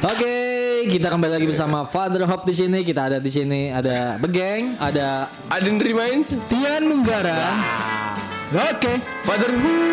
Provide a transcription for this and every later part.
Oke, kita kembali lagi bersama Father Hope di sini. Kita ada di sini ada Begeng, ada Adin Rimain, Tian Munggara. Oke, Father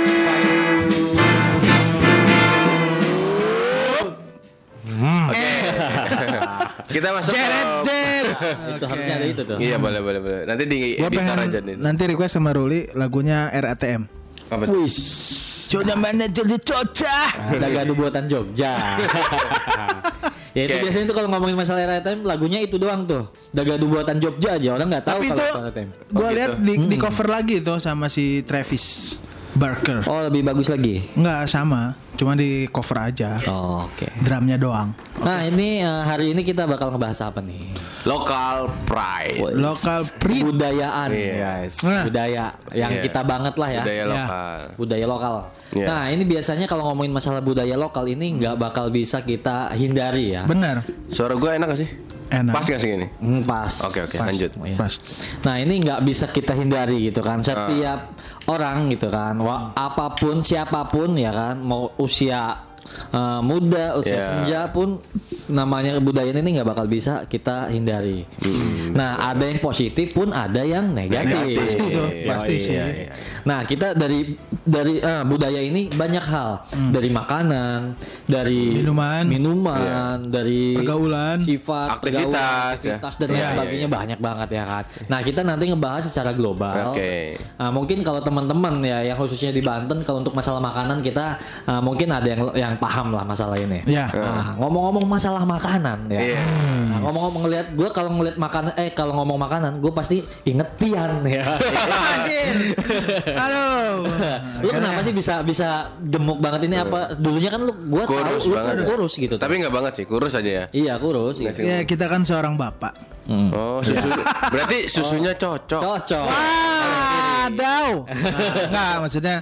Oke. Kita masuk itu harusnya ada itu tuh. Iya, boleh. Nanti di gua editor pengen aja nih. nanti request sama Ruli lagunya RATM. Apa tuh? Wis. Jodoh mana jodoh cocah. Ada gaduh buatan Jogja. Ya itu Oke. biasanya tuh kalau ngomongin masalah RATM lagunya itu doang tuh. Dagadu buatan Jogja aja orang nggak tahu Tapi itu kalau RATM. gue Oh, lihat gitu. di cover lagi tuh sama si Travis Barker. Oh lebih bagus lagi. Enggak sama, cuma di cover aja. Oh, oke. Drumnya doang. Nah ini hari ini kita bakal ngebahas apa nih? Local pride. Local pride. Budayaan. Iya. Guys. Nah. Budaya yang Iya. kita banget lah ya. Budaya lokal. Budaya lokal. Iya. Nah ini biasanya kalau ngomongin masalah budaya lokal ini nggak bakal bisa kita hindari ya. Benar. Suara gue enak gak sih? Enak. Pas gak sih ini? Pas. Oke, Pas. lanjut. Iya. Pas. Nah ini nggak bisa kita hindari gitu kan. Setiap orang gitu kan, apapun siapapun ya kan, mau usia muda, usia Yeah. senja pun namanya kebudayaan ini nggak bakal bisa kita hindari. Nah ada yang positif pun ada yang negatif. Pasti tuh, pasti sih. Iya. Nah kita dari budaya ini banyak hal, dari makanan, dari Minuman. dari Pergaulan. sifat, Aktivitas, aktivitas ya. dan lain Iya, sebagainya iya. banyak banget ya kan. Nah kita nanti ngebahas secara global. Oke. Nah, mungkin kalau teman-teman ya yang khususnya di Banten kalau untuk masalah makanan kita mungkin ada yang paham lah masalah ini. Ya. Nah, ngomong-ngomong masalah makanan ya. Iya. Nah, ngomong-ngomong ngelihat gue kalau ngelihat makanan kalau ngomong makanan gue pasti inget Tian ya. Halo. Lu kenapa sih bisa gemuk banget ini apa? Dulunya kan gue tahu Kurus lu banget. tuh kurus gitu. Tapi nggak banget sih, kurus aja ya. Iya kurus. Iya. Ya kita kan seorang bapak. Oh, susu. Berarti susunya cocok. Cocok. Waduh. Enggak, maksudnya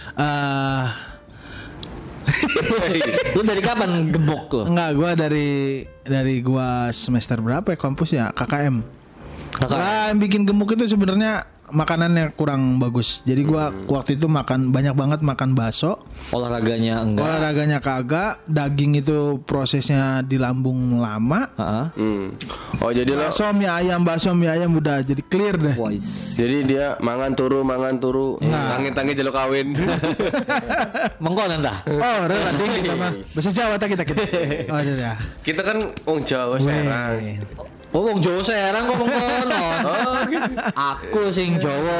Lu dari kapan gemuk lu? enggak, gua dari gua semester berapa ya kampus ya KKM. Nah, yang bikin gemuk itu sebenarnya makanannya kurang bagus. Jadi gua waktu itu banyak banget makan bakso. Olahraganya enggak. Olahraganya kagak, daging itu prosesnya di lambung lama. Heeh. Oh, jadi lo Bakso mie ayam udah jadi clear deh. Wise. jadi dia mangan turu. Tangi-tangi jelo kawin. Mengkonan dah. Oh, rela dingin sama bahasa Jawa tak kita. Oh, iya. Kita kan Jawa Serang. Oh, wong Jawa Serang kok mengkonon. Aku sing Jawa.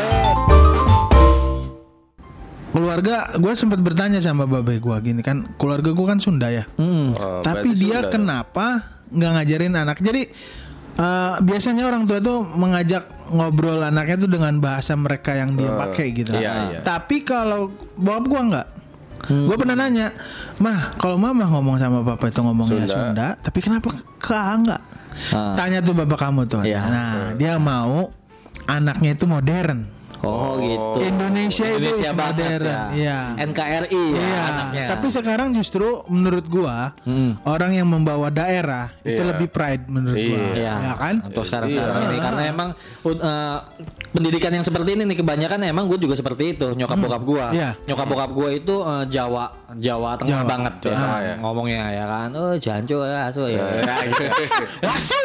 Keluarga gue sempat bertanya sama babe gue gini kan, keluarga gue kan Sunda ya. Oh, Tapi berarti dia Sunda kenapa nggak ngajarin anak? Jadi biasanya orang tua tuh mengajak ngobrol anaknya tuh dengan bahasa mereka yang dia pakai gitu. iya. Tapi kalau bokap gue nggak. Gue pernah nanya, mah kalau mama ngomong sama papa itu ngomongnya Sunda, tapi kenapa enggak? Tanya tuh bapak kamu tuh. Iya. Nah, dia mau anaknya itu modern. Oh, gitu. Indonesia itu banget modern. ya. Iya. NKRI ya Iya, anaknya. tapi sekarang justru menurut gua orang yang membawa daerah itu Iya. lebih pride menurut gua, Iya. ya kan? Untuk sekarang ini karena emang pendidikan yang seperti ini nih kebanyakan emang gue juga seperti itu nyokap bokap gue. Iya. Nyokap bokap gue itu Jawa Tengah Jawa. banget ya. Ngomongnya ya kan. Oh janco ya asu ya. Wasu.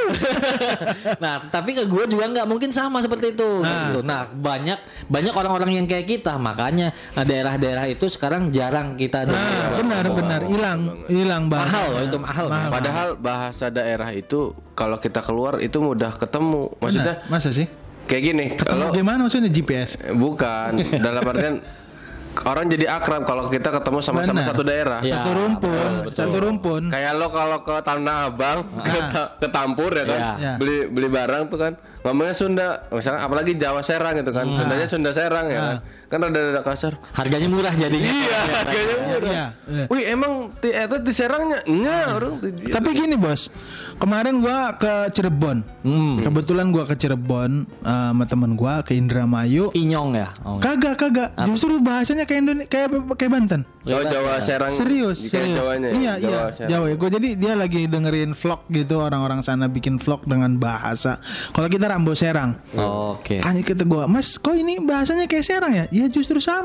Nah tapi ke gue juga nggak mungkin sama seperti itu. Gitu. Nah banyak orang-orang yang kayak kita makanya daerah-daerah itu sekarang jarang kita dengar. Benar hilang bahasa. Mahal loh itu mahal. Padahal bahasa daerah itu kalau kita keluar itu mudah ketemu. Maksudnya Benar. Masa sih? kayak gini. Ketemu gimana maksudnya GPS? Bukan dalam artian orang jadi akrab kalau kita ketemu sama-sama Benar. satu daerah. Ya, Satu rumpun. Kayak lo kalau ke Tanah Abang ke Tampur ya kan, Iya. beli barang tuh kan ngomongnya Sunda, misalnya apalagi Jawa Serang gitu kan, Sundanya Sunda Serang ya kan rada kasar. Harganya murah jadinya. Iya, harganya murah. Iya. Wih emang di Serangnya orang Tapi gini bos, kemarin gua ke Cirebon. Kebetulan gua ke Cirebon sama temen gua ke Indramayu. Inyong ya. Oh. Kagak. Justru bahasanya kayak Banten. Jawa Serang. Serius. Jawanya. Iya, Serang. Jawa ya. Gue jadi dia lagi dengerin vlog gitu, orang-orang sana bikin vlog dengan bahasa. Kalau kita Rambo Serang. Oke. Kan kata gue, Mas, kok ini bahasanya kayak Serang ya? Ya justru sama.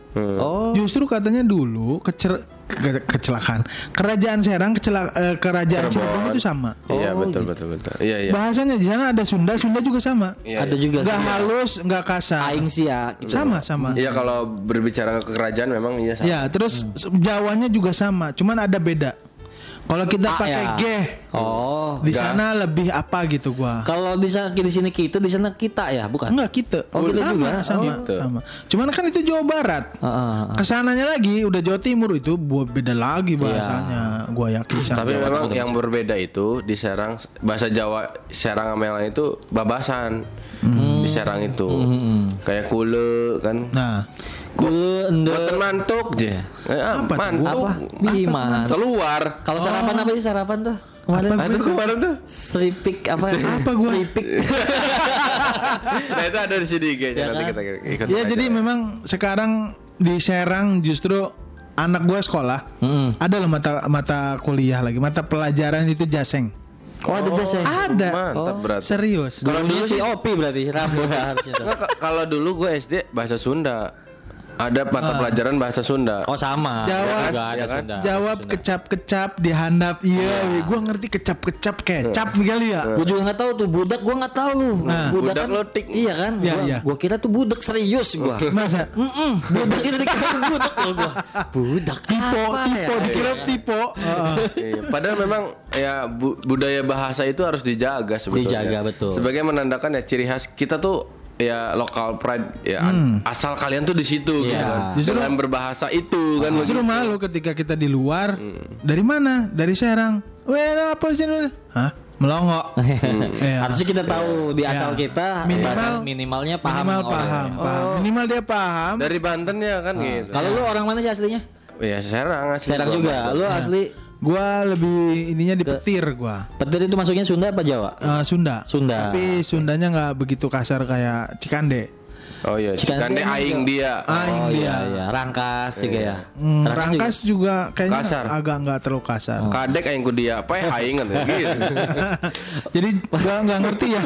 Oh. Justru katanya dulu kecelakaan. Kerajaan Serang kerajaan Cirebon itu sama. Iya Oh, betul gitu. betul. Iya. Bahasanya di sana ada Sunda juga sama. Iya, Ada juga Nggak sih. halus, nggak kasar. Aing sih ya. Sama. Iya kalau berbicara ke kerajaan memang iya sama. Ya, terus Jawanya juga sama, cuman ada beda. Kalau kita A pakai ya? G, Oh. di sana lebih apa gitu gua. Kalau di sini kita, di sana kita ya, bukan? Enggak kita. Oh, kita sama, juga? sama, Gitu. sama. Cuman kan itu Jawa Barat. Heeh. Kesananya lagi udah Jawa Timur itu beda lagi bahasanya. Gua yakin sama. Tapi memang yang berbeda itu di Serang bahasa Jawa Serang sama yang lain itu babasan. Di Serang itu kayak kule kan. Nah, Kule ende Boten mantuk je. Apa tuh? Mantuk. apa? Gimana? Keluar. Kalau sarapan apa sih sarapan tuh? Kemarin Nah, itu kemarin tuh. seripik apa? Apa gua? Seripik. Nah itu ada di sini kayaknya Ya nanti kan? kita ikut. ya aja. jadi memang sekarang di Serang justru anak gua sekolah ada loh mata kuliah lagi, mata pelajaran itu jaseng. Oh ada jasa. Ada. Mantap berat. Serius. Kalau dulu si Opi berarti rambut harusnya. tuh. Nggak, kalau dulu gue SD bahasa Sunda. Ada mata pelajaran bahasa Sunda. Oh sama. Jawab. Juga ada Ya kan? Sunda. Jawab Sunda. kecap-kecap dihandap. Iya, gua ngerti kecap-kecap kecap kali ya. Gue juga nggak tahu tuh budak, gue nggak tahu lu. Nah. budak Budak kan, lotik. iya kan? Iya, Gua, iya. gua kira tuh budak serius gua. Masa? Budak itu dikira budak loh gua. Budak Tipe, apa tipe ya? dikira tipe. Iya, padahal memang ya budaya bahasa itu harus dijaga sebetulnya. Dijaga, betul. Sebagai menandakan ya ciri khas kita tuh ya local pride ya asal kalian tuh di situ gitu Iya. kan. Justru- Dengan berbahasa itu kan Justru begitu. malu ketika kita di luar. Dari mana? Dari Serang. Weh, apa sih? Hah? Melongo. Iya. Harusnya kita tahu di asal Ya. kita Minimal- bahasa minimalnya paham. Minimal orang. paham. Minimal dia paham. Dari Banten ya kan gitu. Kalau lu orang mana sih aslinya? Ya Serang asli Serang gua. juga. Lu asli Gua lebih ininya di petir gua. Petir itu masuknya Sunda apa Jawa? Sunda. Sunda. Tapi Sundanya nggak begitu kasar kayak Cikande. Oh iya, Cikande Cikande emang aing dia. Aing Oh dia. iya. Rangkas juga ya. Rangkas juga kayaknya Kasar. agak nggak terlalu kasar. Kadek aing ku dia, apa ya aing kan gitu. Jadi gua nggak ngerti ya.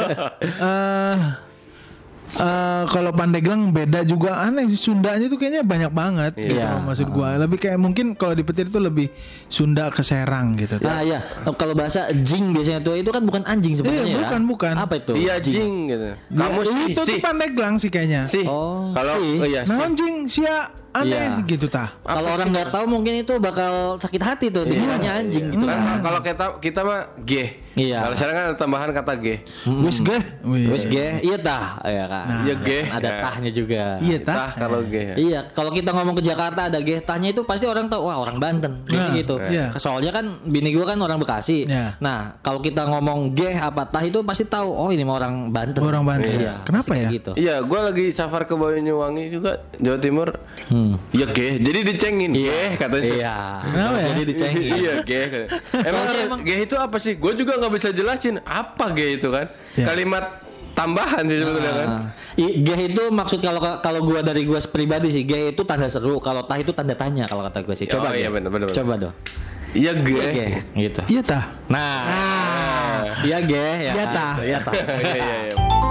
Kalau Pandeglang beda juga aneh Sundanya tuh kayaknya banyak banget gitu Iya. maksud gua. Lebih kayak mungkin kalau di Petir tuh lebih Sunda ke Serang gitu. Nah ya, kalau bahasa jing biasanya tuh itu kan bukan anjing sebenarnya. Iya, ya? bukan. Apa itu? Dia jing gitu. Kamu sih itu tuh Pandeglang sih kayaknya. sih. Oh, Kalau sih. iya sih. Nah anjing sia aneh Iya. gitu tah. Kalau orang nggak tahu mungkin itu bakal sakit hati tuh dikiranya anjing gitu Kan kan. kalau kita mah G. Iya. Kalau sekarang kan ada tambahan kata G. Wis ge. Wis ge, iya tah, ya kan. Iya ge. Ada Ya. tahnya juga. Iya Tah tah. kalau G. ya. Iya, kalau kita ngomong ke Jakarta ada ge tahnya itu pasti orang tahu wah orang Banten Nah, gitu. iya. Soalnya kan bini gua kan orang Bekasi. Iya. Nah, kalau kita ngomong ge apa tah itu pasti tahu oh ini mah orang Banten. Orang Banten. Iya. Kenapa pasti kayak ya? Gitu. Iya, gue lagi safar ke Banyuwangi juga Jawa Timur. Ya G. Jadi dicengin. G katanya. Iya. Kenapa ya? Jadi dicengin. Iya G. Emang G itu apa sih? Gue juga nggak bisa jelasin apa G itu kan. Ya. Kalimat tambahan sih sebetulnya kan. G itu maksud kalau gua dari gua pribadi sih G itu tanda seru, kalau tah itu tanda tanya kalau kata gua sih. Coba Oh, iya, Ge. bener. Coba dong. Iya G. G gitu. Iya tah. Nah, iya G ya. Iya, kan? tah. Iya tah. Iya.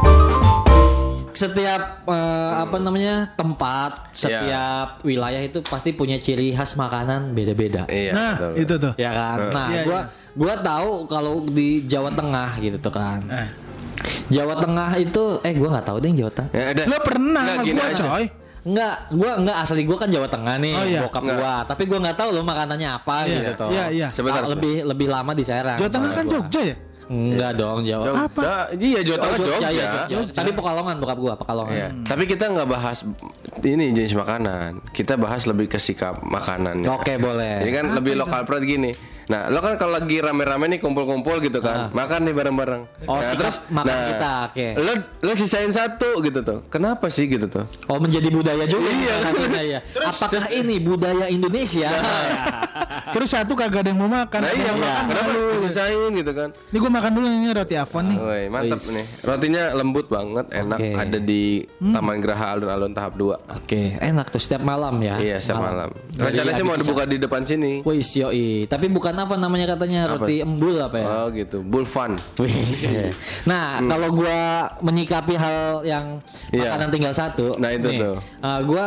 Setiap apa namanya tempat, setiap wilayah itu pasti punya ciri khas makanan beda-beda. Iya. Nah, betul. itu tuh. Ya kan. Nah, Iya, gua tahu kalau di Jawa Tengah gitu tuh kan. Jawa Tengah itu gua nggak tahu deh yang Jawa Tengah. Ya, ada. Lo pernah Nggak, sama gini gua aja. coy. Enggak asli gua kan Jawa Tengah nih, Oh, iya. bokap Enggak. gua. Tapi gua nggak tahu loh makanannya apa Iya, gitu tuh. iya. Sebentar, Ah, lebih lama di Serang. Jawa Tengah kan Gua. Jogja ya? Enggak dong, Jawa. Jogja. Iya, Jawa Tengah Jogja. Iya, Jogja. Tapi Pekalongan bokap gua, Pekalongan. Iya. Tapi kita nggak bahas ini jenis makanan. Kita bahas lebih ke sikap makanannya. Oke, boleh. Jadi kan lebih lokal pride gini. Nah, lo kan kalau lagi rame-rame nih kumpul-kumpul gitu kan, makan nih bareng-bareng. Oh, nah, sikap makan kita, oke. Lo sisain satu gitu tuh. Kenapa sih gitu tuh? Oh, menjadi budaya juga. Iya. makanannya ya. Apakah ini budaya Indonesia? Terus satu kagak ada yang mau makan. Nah iya, Ada yang makan. kenapa lo sisain gitu kan? Ini gue makan dulu ini roti Avon nih. Woi, mantap Wis. nih. Rotinya lembut banget, enak. Oke. Ada di Taman Geraha Alun-Alun tahap 2. Oke, enak tuh setiap malam ya. Iya, setiap malam. Dari Rencananya sih mau habis dibuka di depan sini. Wih, yoi. Tapi bukan apa namanya katanya roti embul apa ya? Oh gitu, Bulfan. Wih. Nah, kalau gua menyikapi hal yang Iya. makanan tinggal satu, Nah, itu tuh. Gua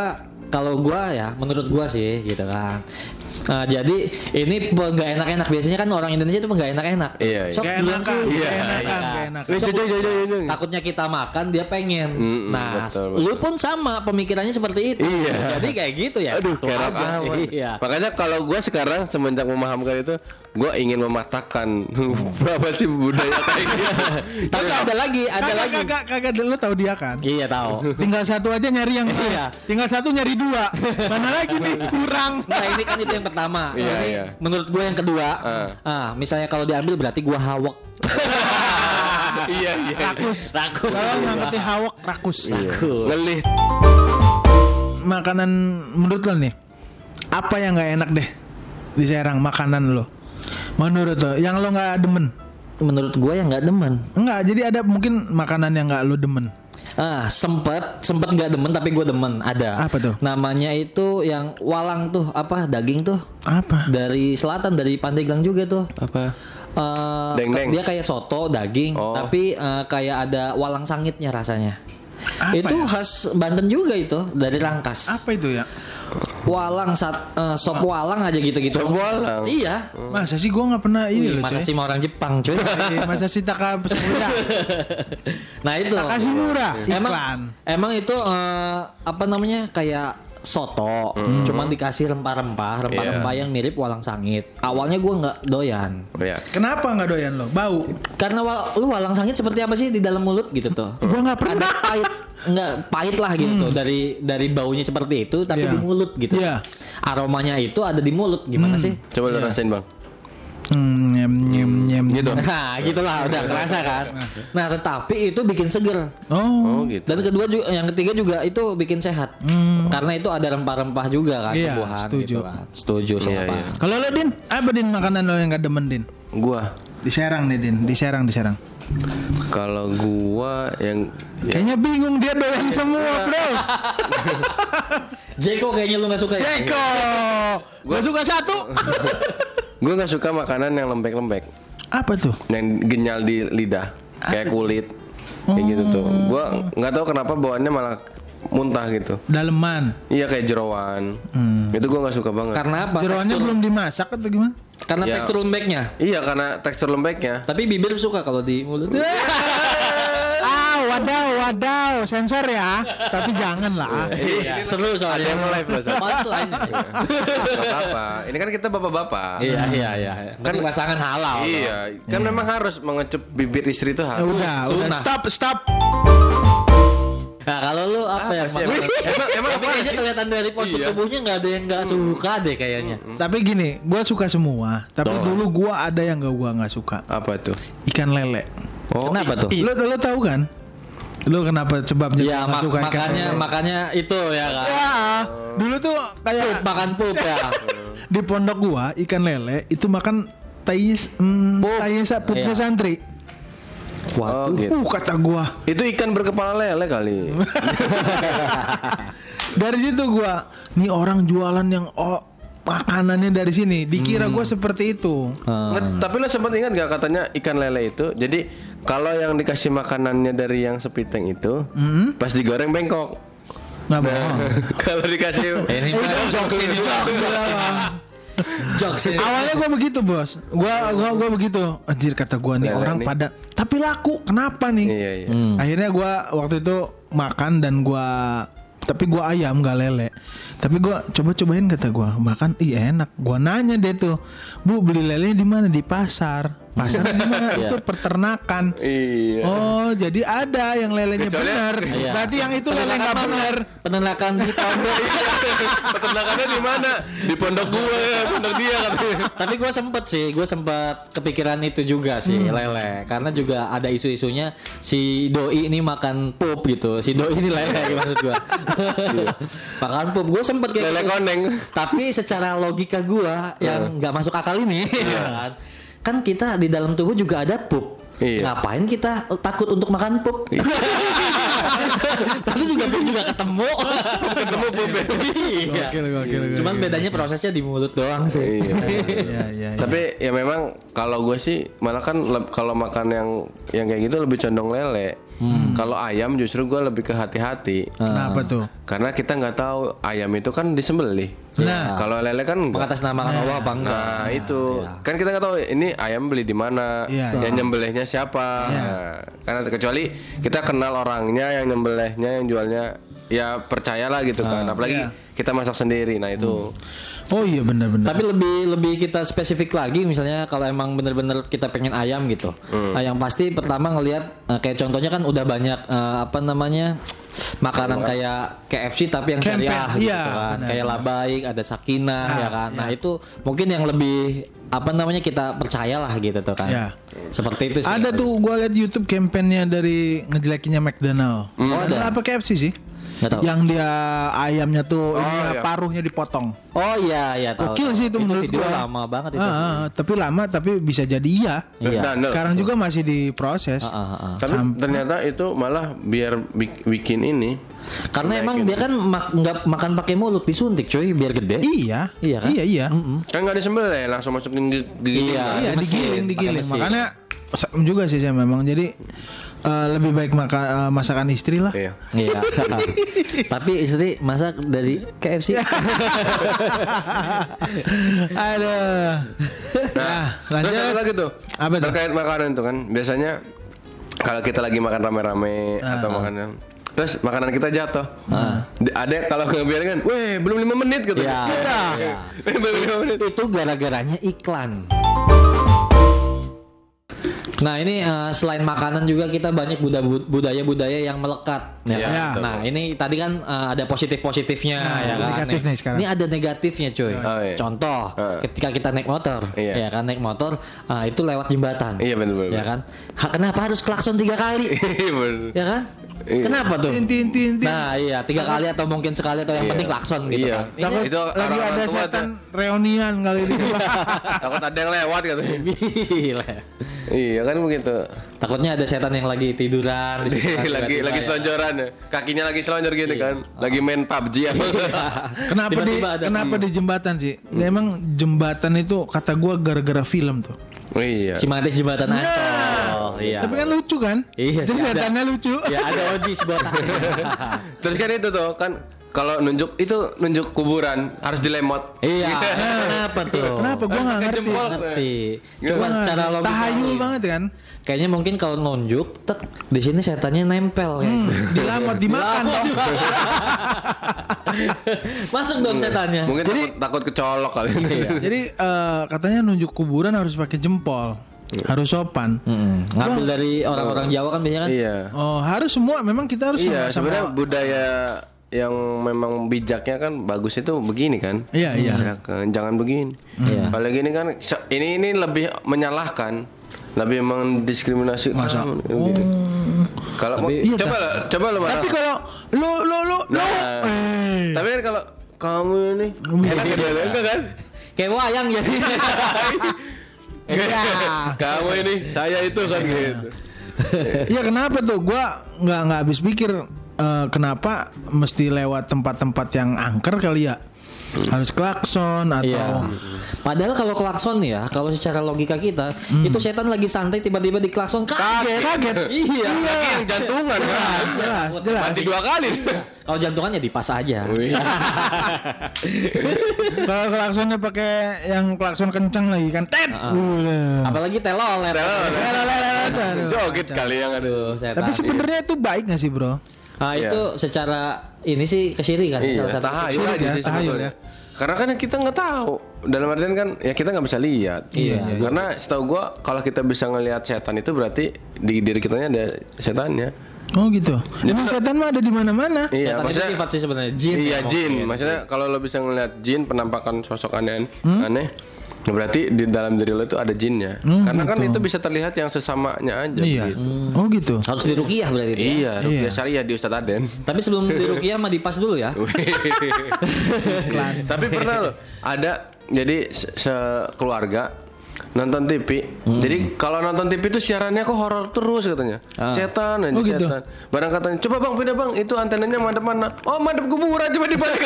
kalau gua ya, menurut gua sih gitu kan. Jadi ini nggak enak-enak, biasanya kan orang Indonesia itu nggak enak-enak. Iya. Sok Gak bilang enakan, sih. gak enakan. Sok, takutnya kita makan dia pengen. Nah, betul. lu pun sama pemikirannya seperti itu. Iya. Jadi kayak gitu ya. Aduh, satu kerap aja. amat. Iya. Makanya kalau gue sekarang semenjak memahamkan itu, gue ingin mematahkan berapa sih budaya kayak gitu. Tapi ada lagi. Kagak, lu tahu dia kan? Iya tahu. Tinggal satu aja nyari yang Iya. Tinggal satu nyari dua. Mana lagi nih kurang. Nah ini kan itu yang pertama. Iya, Ini iya. menurut gue yang kedua. Misalnya kalau diambil berarti gue hawak. Iya. Rakus. Rakus. Kalau nggak ngerti hawak rakus. Ngelih. Makanan menurut lo nih, apa yang nggak enak deh di Serang makanan lo? Menurut lo, yang lo nggak demen? Menurut gue yang nggak demen. Enggak, jadi ada mungkin makanan yang nggak lo demen. Sempet nggak demen tapi gue demen. Ada. Apa tuh? Namanya itu yang walang tuh, apa daging tuh? Apa? Dari selatan, dari Pandeglang juga tuh. Apa? Deng-deng. Dia kayak soto daging, tapi kayak ada walang sangitnya rasanya. Apa itu ya? khas Banten juga itu, dari Rangkas. Apa itu ya? Walang sop walang aja gitu-gitu. Sop walang? Iya. Masa sih gua nggak pernah ini loh. Masa coy. sih mau orang Jepang, cuy. Masa sih Takashimura? Nah itu. Takashimura iklan. Emang itu apa namanya kayak soto, cuman dikasih rempah-rempah yang mirip walang sangit. Awalnya gue nggak doyan. Iya. Kenapa nggak doyan lo? Bau. Karena lu walang sangit seperti apa sih di dalam mulut gitu tuh? Gua nggak pernah. Ada pahit lah gitu tuh, dari baunya seperti itu tapi Iya. di mulut gitu. Iya. Aromanya itu ada di mulut, gimana sih? Coba lu rasain bang. Nyem. Gitu. Nah, gitulah udah kerasa kan. Nah, tetapi itu bikin seger. Oh. Gitu. Dan kedua juga, yang ketiga juga itu bikin sehat. Karena itu ada rempah-rempah juga kan, Iya, tumbuhan setuju. gitu kan. Setuju sama. iya. Kalau lo Din, apa Din makanan lo yang gak demen Din? Gua. Di Serang nih Din, di Serang. Kalau gua yang Kayaknya bingung dia doyan semua bro. Jeko kayaknya lu gak suka ya? Eko, gua suka satu. gua nggak suka makanan yang lembek-lembek, Apa tuh? yang genyal di lidah, kayak kulit, kayak gitu tuh. Gua nggak tahu kenapa bawaannya malah muntah gitu. Daleman. Iya kayak jeroan. Itu gua nggak suka banget. Karena apa? Jeroannya belum dimasak atau gimana? Karena Ya. tekstur lembeknya. Iya karena tekstur lembeknya. Tapi bibir suka kalau di mulut. Wadaw, sensor ya. Tapi jangan lah. Iya, seru Ada soalnya. yang live loh. Punchline. Gak apa. Ini kan kita bapak-bapak. Iya. Kan pasangan halal. Iya, kan memang harus mengecup bibir istri itu harus. Udah. Sunnah. Stop. Nah, kalau lu apa yang sih, emang Tapi apa kayaknya sih? kelihatan dari postur Iya. tubuhnya nggak ada yang nggak suka deh kayaknya. Tapi gini, gua suka semua. Tapi dulu gua ada yang gua nggak suka. Apa tuh? Ikan lele. Kenapa tuh? Lo tahu kan? Lo kenapa sebabnya Ya nggak suka ikan lele? makanya itu ya kan. Ya, dulu tuh kayak Makan pup ya. di pondok gua ikan lele itu makan tainya pupnya Iya. santri. Oh, gitu. Kata gua. Itu ikan berkepala lele kali. Dari situ gua, nih orang jualan yang makanannya dari sini. Dikira gua seperti itu. Tapi lo sempat ingat gak katanya ikan lele itu? Jadi kalau yang dikasih makanannya dari yang sepiteng itu, pas digoreng bengkok. Nggak bohong. Kalau dikasih Ini jokes ini. Jokes ini. Awalnya gua begitu bos. Gua begitu. Anjir kata gua nih Lele orang nih. pada. Tapi laku. Kenapa nih? Iya. Akhirnya gua waktu itu makan dan tapi gua ayam gak lele. Tapi gua cobain kata gua makan, enak. Gua nanya deh tuh, Bu beli lele di mana? Di pasar. Pasar di mana? Itu peternakan. Iya. Oh jadi ada yang lelenya Kecuali- benar. Iya. Berarti yang itu lele nggak benar. Peternakan di pondok. Peternakannya di mana? Di pondok gua ya, pondok dia katanya. Tapi gue sempet kepikiran itu juga sih lele, karena juga ada isu-isunya si doi ini makan pup gitu, si doi ini lele maksud gue. Makan pup, gue sempet kayak Lele gitu. koneng. Tapi secara logika gue yang nggak masuk akal ini, kan kita di dalam tubuh juga ada pup. Iya. Ngapain kita takut untuk makan pup? Tapi juga pup juga ketemu. Ketemu pup. Iya. Gokil. Cuman bedanya prosesnya di mulut doang sih. Iya. Tapi ya memang kalau gue sih malah kan kalau makan yang kayak gitu lebih condong lele. Kalau ayam justru gue lebih ke hati-hati. Kenapa tuh? Karena kita nggak tahu ayam itu kan disembelih. Nah. Kalau lele kan enggak. Mengatasnamakan Allah apa enggak? Nah itu kan kita nggak tahu ini ayam beli di mana, Iya, yang nyembelihnya siapa. Nah, karena kecuali kita kenal orangnya yang nyembelihnya, yang jualnya, ya percayalah gitu kan. Apalagi kita masak sendiri. Nah itu. Oh iya benar-benar. Tapi lebih kita spesifik lagi, misalnya kalau emang bener-bener kita pengen ayam gitu, yang pasti pertama ngelihat kayak contohnya kan udah banyak makanan kayak KFC tapi yang Campaign, syariah gitu iya, kan, benar. kayak Labaik, ada Sakinah ya kan. Nah itu mungkin yang lebih kita percayalah gitu tuh kan. Ya. Seperti itu sih. Ada tuh gue liat YouTube campaignnya dari ngejelekinnya McDonald. ada. Apa KFC sih? Nggak tahu. Yang dia ayamnya tuh paruhnya dipotong. Oh iya tahu. Gokil sih itu menurut video gua. lama banget itu. Tapi lama tapi bisa jadi iya. Iya. Sekarang juga masih diproses. Tapi ternyata itu malah biar bikin ini. Karena emang dia kan nggak makan pakai mulut, disuntik cuy biar gede. Iya. Iya kan? Iya. Kan nggak disembelih, langsung masukin gigi. Iya, mesin, digiling. pakai mesin. Makanya juga sih saya memang jadi lebih baik masakan istri lah. Iya. Iya. Tapi istri masak dari KFC. Aduh. Nah, lanjut. terus ada lagi tuh. Apa tuh? Terkait makanan tuh kan, biasanya kalau kita lagi makan rame-rame atau makan terus makanan kita jatuh. Ada kalau ngebiarin kan, weh belum 5 menit gitu. Iya. Iya. Belum 5 menit. Itu gara-garanya iklan. Nah ini selain makanan juga kita banyak budaya-budaya yang melekat ya Iya, kan? betul. Nah ini tadi kan ada positif-positifnya ya kan. negatif nih sekarang. Ini ada negatifnya cuy. iya. Contoh ketika kita naik motor, Iya. ya kan naik motor itu lewat jembatan. Iya benar. Ya kan. Kenapa harus klakson 3 kali? Iya benar. Ya kan? Kenapa tuh? Inti. Nah iya 3 kali atau mungkin sekali atau yang Iya. penting klakson gitu Iya. kan. Ini Takut Itu lagi orang-orang ada tua setan reunian kali ini. Takut ada yang lewat katanya. gila. Iya kan begitu. Takutnya ada setan yang lagi tiduran di situ kan, tiba-tiba lagi ya. selonjoran ya. Kakinya lagi selonjor gini kan. Lagi main PUBG apa. Tiba-tiba ada Kenapa di jembatan sih? Ya, emang jembatan itu kata gua gara-gara film tuh. Oh iya. Cimantis jembatan Ancol. Iya. Tapi kan lucu kan? Iya sih, Jadi ada. setannya lucu. Ya ada Oji botak. Terus kan itu tuh kan kalau nunjuk kuburan harus dilemot. Iya. Kenapa tuh? Kenapa gua enggak Pakai ngerti? jempol. Ngerti. Gimana? Coba secara logika. Tahayul banget kan? Kayaknya mungkin kalau nunjuk, di sini setannya nempel kayak. Dilamot dimakan dong. Masuk dong setannya. Mungkin takut kecolok kali. Jadi katanya nunjuk kuburan harus pakai jempol. Harus sopan. Ngambil dari orang-orang Jawa kan biasanya kan. Iya. Oh, harus semua memang kita harus Iya, sama-sama. sebenarnya budaya yang memang bijaknya kan bagus itu begini kan. Iya. Jangan begini. Iya. Kalau gini kan ini lebih menyalahkan, lebih mendiskriminasi. Gitu. Kalau mau Iya, coba lo marah. Tapi kalau lu Tapi kan kalau kamu ini enak kan ya, enggak kan? Kayak wayang ya. Kamu ini, saya itu kan gitu. Iya kenapa tuh? Gua nggak habis pikir kenapa mesti lewat tempat-tempat yang angker kali ya? Harus klakson atau Iya. Padahal kalau klakson ya, kalau secara logika kita, itu setan lagi santai tiba-tiba diklakson kaget. Iya. Lagi yang jantungan kan. jelas. Mati 2 kali. Kalau jantungannya dipas aja. Kalau klaksonnya pakai yang klakson kencang lagi kan, tet. Apalagi telolet. Joget kali yang ada. Setan. Tapi sebenarnya itu baik nggak sih bro? Nah, itu secara ini sih kesirikan. Iya, salah satu. tahayul Sulit aja ya, sih tahayul sebetulnya. ya. Karena kan kita nggak tahu. Dalam artian kan ya kita nggak bisa lihat. Iya. Karena setahu gua kalau kita bisa ngelihat setan itu berarti di diri kitanya ada setannya. Oh gitu. Emang setan mah ada di mana-mana. Iya, Setan itu maksudnya sifat sih sebenarnya jin. Iya, ya, jin. mungkin. Maksudnya kalau lo bisa ngelihat jin penampakan sosok aneh, berarti di dalam diri lo itu ada jinnya. Karena kan itu bisa terlihat yang sesamanya aja Iya. gitu. Oh gitu. Harus diruqyah berarti itu ya. Iya, ruqyah syariah di Ustadz Aden. Tapi sebelum diruqyah mah dipas dulu ya. Tapi pernah loh ada jadi sekeluarga nonton TV. Jadi kalau nonton TV itu siarannya kok horor terus katanya. Setan aja gitu. setan. Barang katanya, "Coba Bang, pindah Bang, itu antenanya madep mana?" "Oh, madep kuburan, coba dibalik."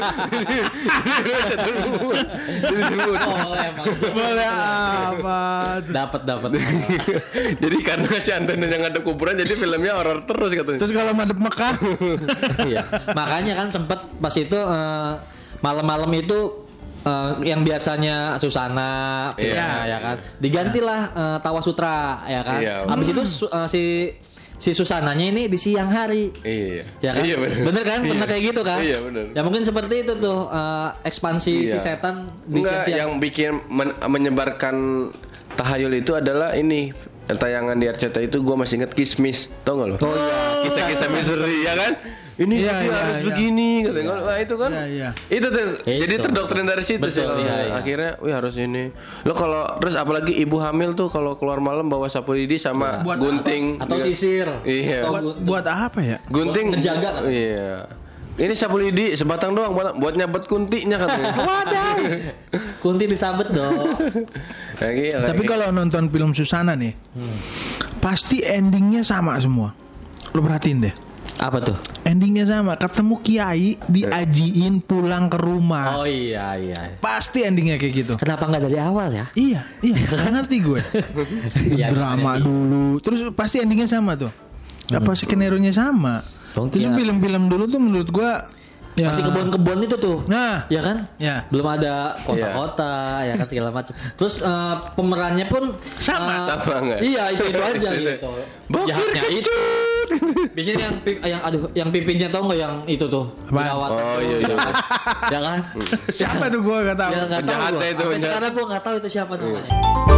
Oh, emang. Boleh apa Dapat. Jadi karena si Anton yang ngadep kuburan jadi filmnya horor terus katanya. Terus kalau madep Mekah, Iya. Makanya kan sempet pas itu malam-malam itu yang biasanya Susana ya kan digantilah Tawa Sutra ya kan. Habis itu si Susananya ini di siang hari. Iya. Ya kan? Iya, bener kan? Bener kayak gitu kan? Iya bener. Ya mungkin seperti itu tuh ekspansi si setan di Enggak, siang. yang bikin menyebarkan tahayul itu adalah ini tayangan di RCTI itu gue masih inget Kismis, tau gak lo? Oh iya, kisah-kisah misteri ya kan? Ini harus begini katanya. Nah itu kan, itu tuh jadi terdoktrin dari situ sih. Akhirnya, harus ini. Lo kalau terus apalagi ibu hamil tuh kalau keluar malam bawa sapu lidi sama gunting atau sisir. Iya. buat apa ya? Gunting menjaga. Iya. Ini sapu lidi sebatang doang buat nyabet kuntinya katanya. Wadah. Kunti disabet dong. Tapi kalau nonton film Susana nih, pasti endingnya sama semua. Lo perhatiin deh. Apa tuh? Endingnya sama, ketemu kiai diajiin pulang ke rumah. Oh iya. Pasti endingnya kayak gitu. Kenapa nggak dari awal ya? Iya, nggak ngerti gue. Drama dulu, terus pasti endingnya sama tuh. Apa skenario-nya sama? Terus film-film dulu tuh menurut gue masih kebun-kebun itu tuh. Nah, ya kan? Ya. Belum ada kota-kota, ya kan segala macam. Terus pemerannya pun sama enggak? Iya, itu aja gitu. Jahatnya itu. Biasanya yang pipinya tau nggak yang itu tuh? Perawat. Oh iya. Ya kan? Siapa tuh gue nggak tahu. Ya, nggak tahu gua. Itu. Sekarang gue nggak tahu itu siapa namanya.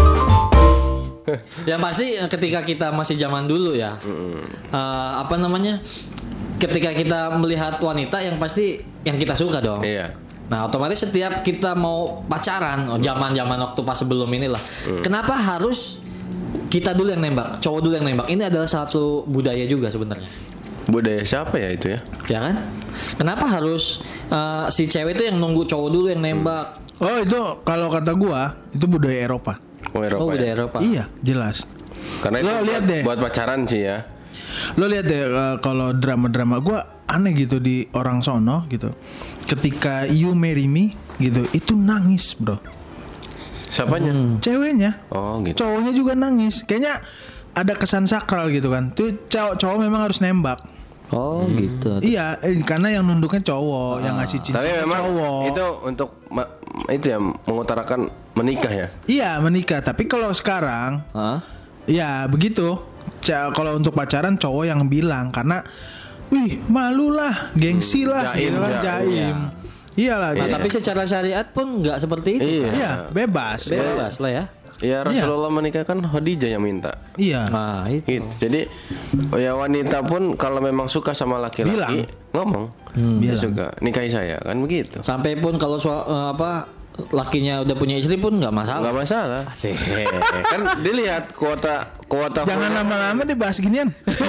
Yang pasti ketika kita masih zaman dulu ya, apa namanya? Ketika kita melihat wanita yang pasti yang kita suka dong. Iya. Nah otomatis setiap kita mau pacaran, zaman waktu pas sebelum inilah, kenapa harus kita dulu yang nembak, cowok dulu yang nembak? Ini adalah satu budaya juga sebenarnya. Budaya siapa ya itu ya? Ya kan? Kenapa harus si cewek itu yang nunggu cowok dulu yang nembak? Oh itu kalau kata gua itu budaya Eropa. Budaya Eropa. Iya jelas. Karena lo itu lihat deh buat pacaran sih ya. Lo lihat deh kalau drama-drama gue aneh gitu di orang sono gitu. Ketika You Marry Me gitu, itu nangis bro. Siapanya? Ceweknya. Oh gitu. Cowoknya juga nangis. Kayaknya ada kesan sakral gitu kan. Tuh cowok memang harus nembak. Oh gitu. Iya, karena yang nunduknya cowok, yang ngasih cincin Tapi memang cowok. itu untuk itu ya mengutarakan menikah ya. Iya menikah. Tapi kalau sekarang, ya begitu. Kalau untuk pacaran cowok yang bilang karena malu lah, gengsi lah, jaim. Iyalah. Nah, tapi secara syariat pun nggak seperti itu. Iya, bebas lah ya. Ya Rasulullah menikah kan Khadijah yang minta. Iya. Nah itu. Gitu. Jadi ya wanita pun kalau memang suka sama laki-laki ngomong, dia suka nikahi saya kan begitu. Sampai pun kalau lakinya udah punya istri pun nggak masalah. Nggak masalah. Asik. Kan dilihat kuota. Jangan lama-lama dibahas ginian.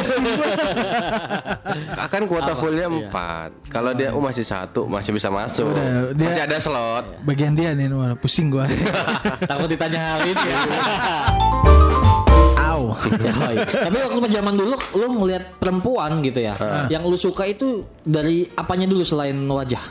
Akan kuota fullnya 4. Kalau dia masih 1 masih bisa masuk. Masih ada slot. Bagian dia nih, pusing gua. Takut ditanya hal itu. Au. Tapi waktu zaman dulu lu ngelihat perempuan gitu ya, yang lu suka itu dari apanya dulu selain wajah?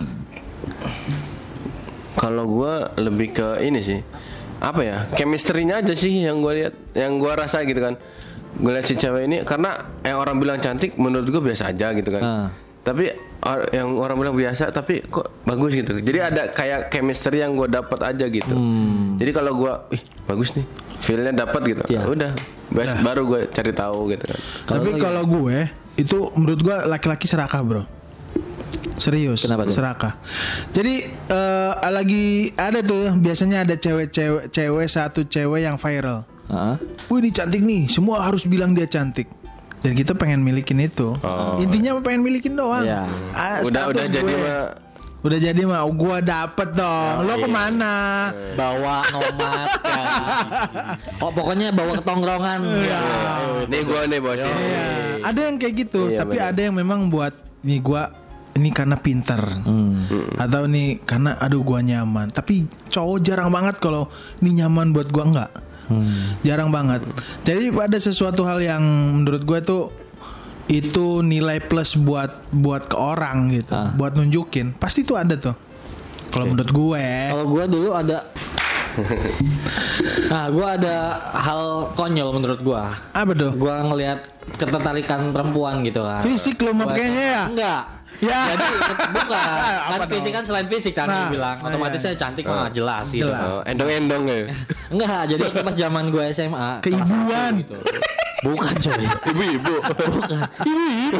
Kalau gue lebih ke ini sih, apa ya, chemistry-nya aja sih yang gue lihat, yang gue rasa gitu kan. Gue lihat si cewek ini karena yang orang bilang cantik, menurut gue biasa aja gitu kan. Tapi yang orang bilang biasa, tapi kok bagus gitu. Jadi ada kayak chemistry yang gue dapat aja gitu. Jadi kalau gue, bagus nih, feel-nya dapat gitu. Udah, baru gue cari tahu gitu kan. Tapi kalau gue itu menurut gue laki-laki serakah bro. Serius. Kenapa tuh? Serakah. Jadi lagi ada tuh biasanya ada satu cewek yang viral. Wih ini cantik nih, semua harus bilang dia cantik. Dan kita pengen milikin itu. Intinya pengen milikin doang. Udah jadi mah. Udah jadi mah gua dapet dong. Lo kemana? Bawa nomad ya. Pokoknya bawa ke tongkrongan. Nih gua nih bos. Ada yang kayak gitu, tapi ada yang memang buat nih gua ini karena pinter atau nih karena gua nyaman. Tapi cowok jarang banget kalau ini nyaman buat gua enggak. Jarang banget. Jadi ada sesuatu hal yang menurut gua itu nilai plus buat ke orang gitu, buat nunjukin. Pasti itu ada tuh. Kalau menurut gue. Kalau gue dulu ada Nah, gue ada hal konyol menurut gue. Apa tuh? Gue ngelihat ketertarikan perempuan gitu kan. Fisik lo makanya ya? Enggak. Ya. Jadi bukan. Kan fisik kan selain fisik kan dia bilang. Otomatis saya cantik mah jelas gitu. Endong-endong ya. Enggak, jadi waktu pas zaman gue SMA keibuan gitu. Bukan coy. Ibu-ibu. Bukan. Ibu-ibu.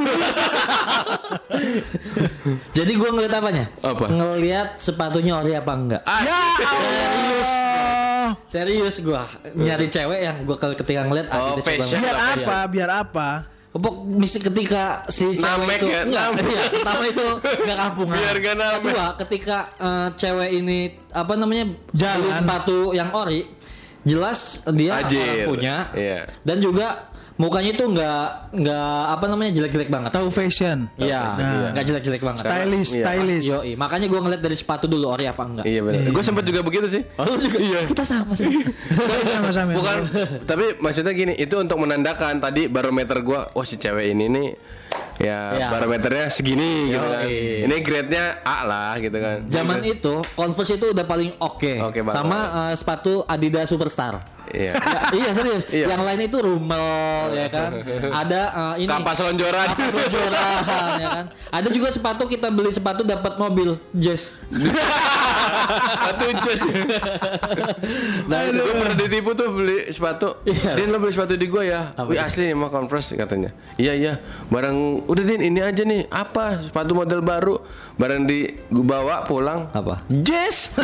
Jadi gue ngeliat apanya? Apa? Ngeliat sepatunya ori apa enggak. Ya Serius. Serius gue nyari cewek yang gue ketika ngeliat biar apa? Misi ketika si cewek namek itu ya, enggak, iya, pertama itu enggak kampungan. Biar gak namek. Kedua, ketika cewek ini apa namanya Jalan. beli sepatu yang ori, jelas dia orang punya. Iya. Dan juga mukanya itu enggak apa namanya jelek-jelek banget. Tahu fashion. Iya, enggak jelek-jelek banget. Stylish. Yoi, makanya gue ngeliat dari sepatu dulu ori apa enggak. Iya benar. Gue sempat juga begitu sih. Oh, lu juga. Iya. Kita sama sih. Sama-sama. Bukan, tapi maksudnya gini, itu untuk menandakan tadi barometer gue, oh si cewek ini nih ya barometernya segini gitu kan. Ini grade-nya A lah gitu kan. Zaman itu Converse itu udah paling oke sama sepatu Adidas Superstar. Iya. Iya serius. Iya. Yang lain itu Rummel ya kan. Ada ini Kampas lonjoran ya kan. Ada juga sepatu kita beli sepatu dapat mobil Jazz. Satu jazz. Nah, gue pernah ditipu tuh beli sepatu. Din lo beli sepatu di gue ya. Wih asli nih mah Converse katanya. Iya. Barang udah Din ini aja nih. Apa? Sepatu model baru. Barang gue bawa pulang. Apa? Jazz.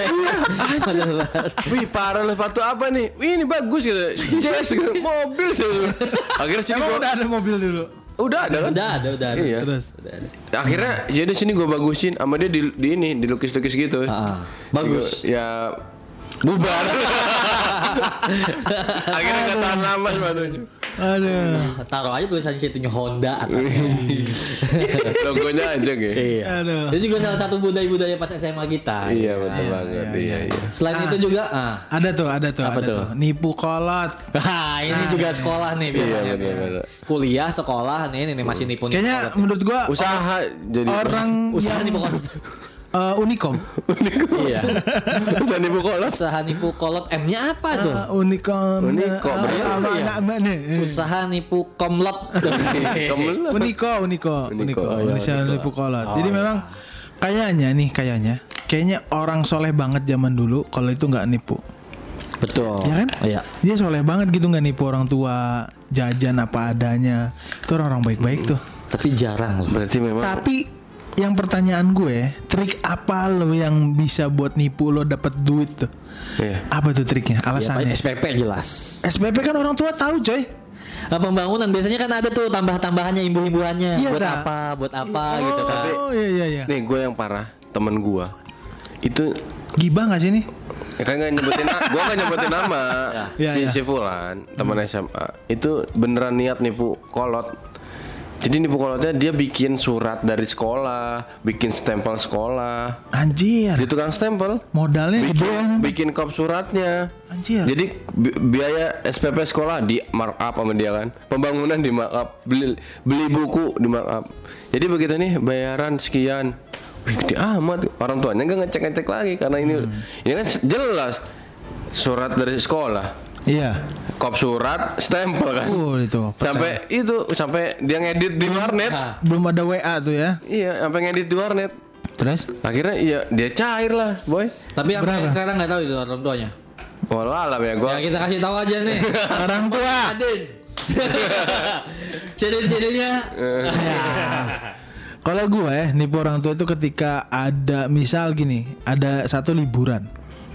Wih parah lo sepatu apa nih? Wih ini bagus gitu. Jazz gitu. Mobil gitu. Akhirnya sini Emang udah ada mobil dulu. Udah ada kan? Udah. Iya. Terus. Akhirnya jadi sini gue bagusin sama dia di ini dilukis-lukis gitu. Bagus. Ya bubar. Akhirnya nggak tahan lama sepatunya. Aduh. Taruh aja tulisan situnya Honda atasnya. Logonya aja gitu. Iya. Aduh. Itu juga salah satu budaya-budaya pas SMA kita. Iya betul banget. Iya. Selain itu juga Ada tuh. Apa tuh? Nipu kolot. Ini juga sekolah nih biasanya. Iya betul. Kuliah, sekolah nih masih nipu. Kayaknya menurut gua Usaha jadi usaha nipu kolot. Unikom. Iya. Usaha nipu kolot. Usaha nipu kolot M-nya apa tuh? Unikom. Usaha nipu komlot. Uniko. Indonesia nipu kolot. Jadi memang kayaknya orang soleh banget zaman dulu kalau itu nggak nipu. Betul. Ya kan? Iya. Dia soleh banget gitu, nggak nipu orang tua, jajan apa adanya. Itu orang baik-baik tuh. Tapi jarang. Berarti memang. Tapi yang pertanyaan gue, trik apa lo yang bisa buat nipu lo dapat duit tuh? Iya. Apa tuh triknya? Alasannya? Ya, SPP jelas. SPP kan orang tua tahu, coy. Pembangunan biasanya kan ada tuh tambah-tambahannya, imbuh-imbuhannya. Iya, buat apa gitu kan. Oh iya. Nih gue yang parah, temen gue itu gibah nggak sih nih? ya kan gue nggak nyebutin nama. Si Fulan teman SMA itu beneran niat nipu kolot. Jadi nipu kolotnya dia bikin surat dari sekolah, bikin stempel sekolah. Anjir. Dia tukang stempel. Modalnya gede. Bikin kop suratnya. Anjir. Jadi biaya SPP sekolah di markup sama dia kan. Pembangunan di markup, beli buku di markup. Jadi begitu nih bayaran sekian. Wih gede amat. Orang tuanya nggak ngecek lagi karena ini kan jelas surat dari sekolah. Iya. Kop surat, stempel kan. Itu. Sampai dia ngedit di warnet. Belum ada WA tuh ya. Iya, sampai ngedit di warnet. Terus? Akhirnya iya dia cair lah, boy. Tapi yang sekarang nggak tahu itu orang tuanya. Walau alam ya gua. Ya kita kasih tahu aja nih. Orang tua. Adin. CD-CD-nya. Kalau gue nipu orang tua itu ketika ada misal gini, ada satu liburan,